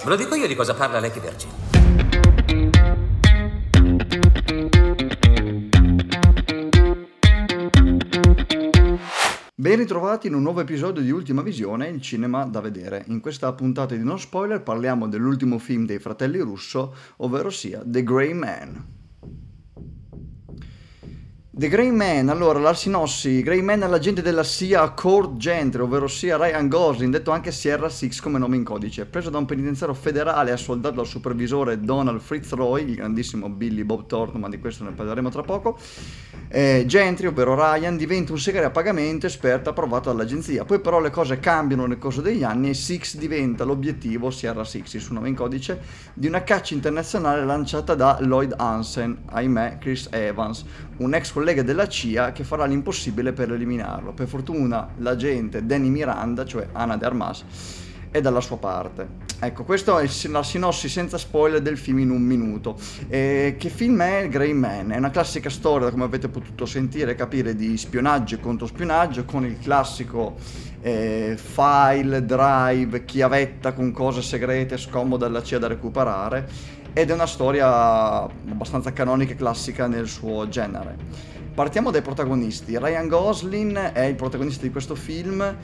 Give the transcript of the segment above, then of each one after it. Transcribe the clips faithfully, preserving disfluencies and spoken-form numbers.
Ve lo dico io di cosa parla Lecky Virgin. Ben ritrovati in un nuovo episodio di Ultima Visione, il cinema da vedere. In questa puntata di No Spoiler parliamo dell'ultimo film dei fratelli Russo, ovvero sia The Gray Man. The Gray Man, allora la sinossi: Gray Man è l'agente della C I A Court Gentry, ovvero sia Ryan Gosling, detto anche Sierra sei come nome in codice, preso da un penitenziario federale e assoldato dal supervisore Donald Fitzroy, il grandissimo Billy Bob Thornton, ma di questo ne parleremo tra poco. eh, Gentry, ovvero Ryan, diventa un segretario a pagamento esperto approvato dall'agenzia. Poi però le cose cambiano nel corso degli anni e Six diventa l'obiettivo, Sierra sei, il suo nome in codice, di una caccia internazionale lanciata da Lloyd Hansen, ahimè Chris Evans, un ex collega della C I A che farà l'impossibile per eliminarlo. Per fortuna l'agente Danny Miranda, cioè Ana de Armas, è dalla sua parte. Ecco, questa è la sinossi senza spoiler del film in un minuto. E che film è Gray Man? È una classica storia, come avete potuto sentire e capire, di spionaggio e controspionaggio, con il classico eh, file, drive, chiavetta con cose segrete scomode alla C I A da recuperare, ed è una storia abbastanza canonica e classica nel suo genere. Partiamo dai protagonisti. Ryan Gosling è il protagonista di questo film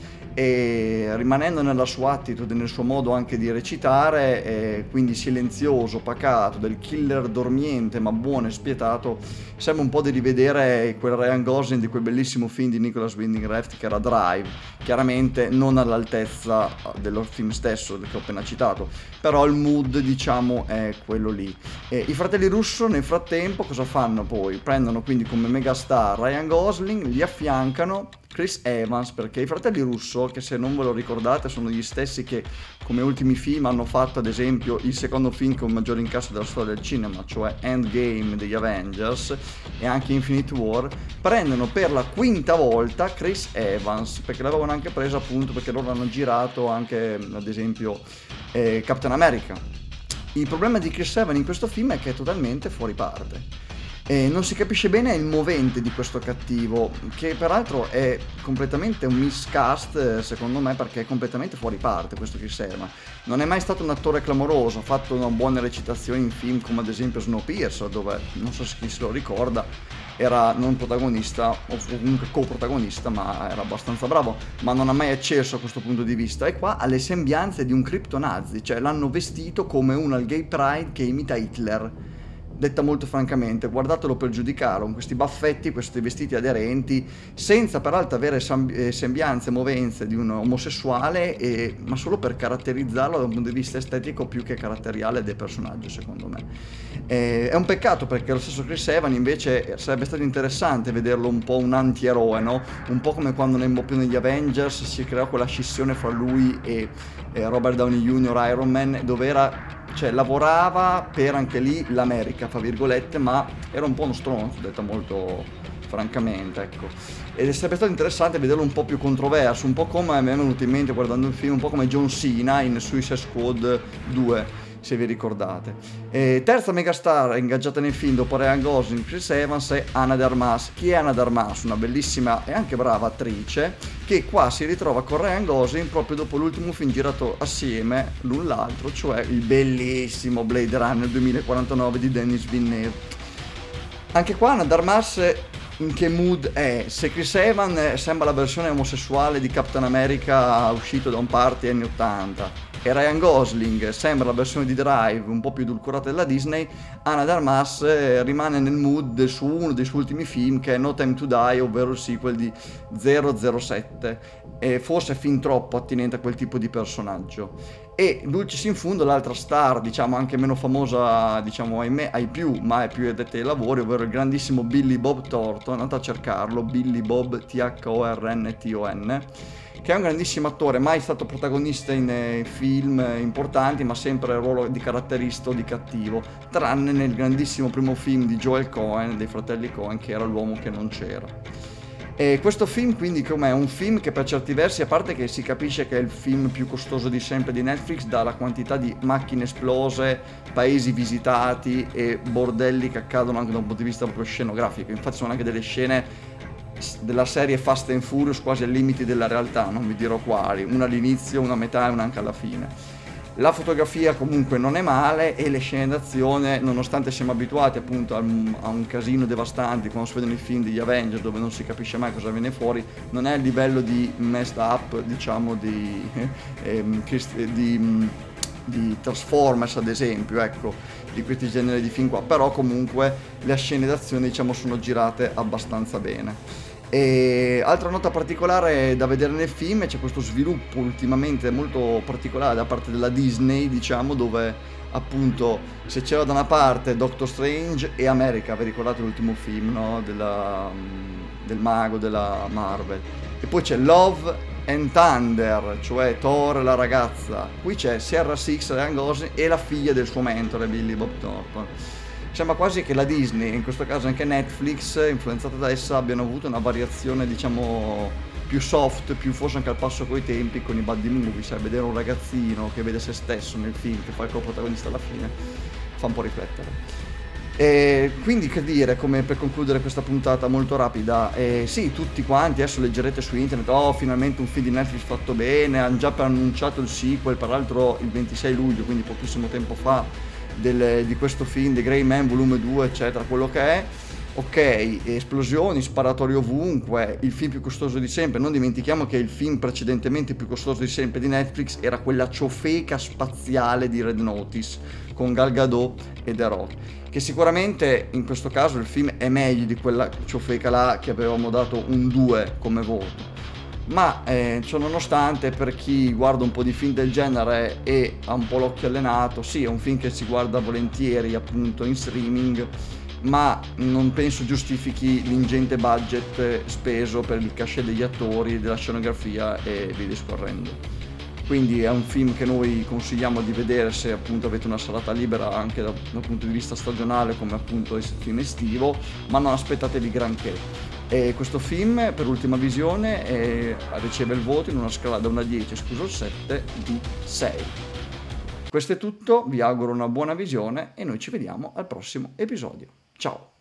e, rimanendo nella sua attitude, nel suo modo anche di recitare, è quindi silenzioso, pacato, del killer dormiente ma buono e spietato, sembra un po' di rivedere quel Ryan Gosling di quel bellissimo film di Nicholas Winding Refn che era Drive, chiaramente non all'altezza dello film stesso che ho appena citato, però il mood, diciamo, è quello lì. E i fratelli Russo nel frattempo cosa fanno poi? Prendono quindi come mega star Ryan Gosling, gli affiancano Chris Evans, perché i fratelli Russo, che se non ve lo ricordate sono gli stessi che come ultimi film hanno fatto ad esempio il secondo film con maggior incasso della storia del cinema, cioè Endgame degli Avengers e anche Infinite War, prendono per la quinta volta Chris Evans, perché l'avevano anche preso appunto perché loro hanno girato anche ad esempio eh, Captain America. Il problema di Chris Evans in questo film è che è totalmente fuori parte. E non si capisce bene il movente di questo cattivo, che peraltro è completamente un miscast secondo me, perché è completamente fuori parte questo Chris Evans. Non è mai stato un attore clamoroso, ha fatto una buona recitazione in film come ad esempio Snowpiercer, dove non so se chi se lo ricorda era non protagonista o comunque coprotagonista, ma era abbastanza bravo, ma non ha mai acceso a questo punto di vista. E qua ha le sembianze di un criptonazi, cioè l'hanno vestito come uno al Gay Pride che imita Hitler. Detta molto francamente, guardatelo per giudicarlo, con questi baffetti, questi vestiti aderenti, senza peraltro avere sembianze, movenze di un omosessuale, e, ma solo per caratterizzarlo da un punto di vista estetico più che caratteriale del personaggio, secondo me. E, è un peccato, perché lo stesso Chris Evans invece sarebbe stato interessante vederlo un po' un antieroe, no? Un po' come quando nel più negli Avengers si creò quella scissione fra lui e, e Robert Downey junior Iron Man, dove era... cioè lavorava per anche lì l'America, fra virgolette, ma era un po' uno stronzo, detta molto francamente, ecco. Ed sarebbe stato interessante vederlo un po' più controverso, un po' come mi è venuto in mente guardando il film, un po' come John Cena in Suicide Squad due, se vi ricordate. E terza megastar ingaggiata nel film dopo Ryan Gosling e Chris Evans è Ana de Armas. Chi è Ana de Armas? Una bellissima e anche brava attrice che qua si ritrova con Ryan Gosling proprio dopo l'ultimo film girato assieme l'un l'altro, cioè il bellissimo Blade Runner duemilaquarantanove di Denis Villeneuve. Anche qua Ana de Armas in che mood è? Se Chris Evans sembra la versione omosessuale di Captain America uscito da un party anni ottanta e Ryan Gosling sembra la versione di Drive un po' più edulcorata della Disney, Ana de Armas rimane nel mood del suo, uno dei suoi ultimi film, che è No Time to Die, ovvero il sequel di zero zero sette, e forse è fin troppo attinente a quel tipo di personaggio. E dulcis in fundo l'altra star, diciamo anche meno famosa, diciamo ahimè ai più, ma è più addetta ai lavori, ovvero il grandissimo Billy Bob Thornton. Andate a cercarlo, Billy Bob T H O R N T O N, che è un grandissimo attore, mai stato protagonista in eh, film importanti, ma sempre il ruolo di caratterista o di cattivo, tranne nel grandissimo primo film di Joel Cohen, dei fratelli Cohen, che era L'uomo che non c'era. E questo film quindi com'è? Un film che per certi versi, a parte che si capisce che è il film più costoso di sempre di Netflix, dalla quantità di macchine esplose, paesi visitati e bordelli che accadono anche da un punto di vista proprio scenografico. Infatti sono anche delle scene della serie Fast and Furious quasi ai limiti della realtà, non vi dirò quali, una all'inizio, una a metà e una anche alla fine. La fotografia comunque non è male e le scene d'azione, nonostante siamo abituati appunto a un, a un casino devastante quando si vedono i film degli Avengers dove non si capisce mai cosa viene fuori, non è il livello di messed up, diciamo, di, ehm, di, di Transformers ad esempio, ecco, di questi generi di film qua, però comunque le scene d'azione, diciamo, sono girate abbastanza bene. E altra nota particolare da vedere nel film, c'è questo sviluppo ultimamente molto particolare da parte della Disney, diciamo, dove appunto se c'era da una parte Doctor Strange e America, vi ricordate l'ultimo film, no? Della, del mago della Marvel, e poi c'è Love and Thunder, cioè Thor e la ragazza, qui c'è Sierra Six, Ryan Gosling e la figlia del suo mentore Billy Bob Thornton. Sembra quasi che la Disney, in questo caso anche Netflix, influenzata da essa, abbiano avuto una variazione, diciamo, più soft, più forse anche al passo coi tempi con i buddy movie, sai, vedere un ragazzino che vede se stesso nel film, che fa il co-protagonista alla fine, fa un po' riflettere. E quindi che dire, come per concludere questa puntata molto rapida, eh, sì, tutti quanti adesso leggerete su internet, oh finalmente un film di Netflix fatto bene, hanno già annunciato il sequel, peraltro il ventisei luglio, quindi pochissimo tempo fa, Del, di questo film, The Gray Man volume due, eccetera, quello che è. Ok, esplosioni, sparatori ovunque, il film più costoso di sempre. Non dimentichiamo che il film precedentemente più costoso di sempre di Netflix era quella ciofeca spaziale di Red Notice con Gal Gadot e The Rock, che sicuramente in questo caso il film è meglio di quella ciofeca là che avevamo dato un due come voto. Ma eh, ciò nonostante, per chi guarda un po' di film del genere e ha un po' l'occhio allenato, sì, è un film che si guarda volentieri appunto in streaming, ma non penso giustifichi l'ingente budget speso per il cachet degli attori, della scenografia e via discorrendo. Quindi è un film che noi consigliamo di vedere se appunto avete una serata libera anche dal, dal punto di vista stagionale, come appunto il film estivo, ma non aspettatevi granché. E questo film, per ultima visione, eh, riceve il voto in una scala da uno a dieci, escluso il sette, di sei. Questo è tutto, vi auguro una buona visione e noi ci vediamo al prossimo episodio. Ciao!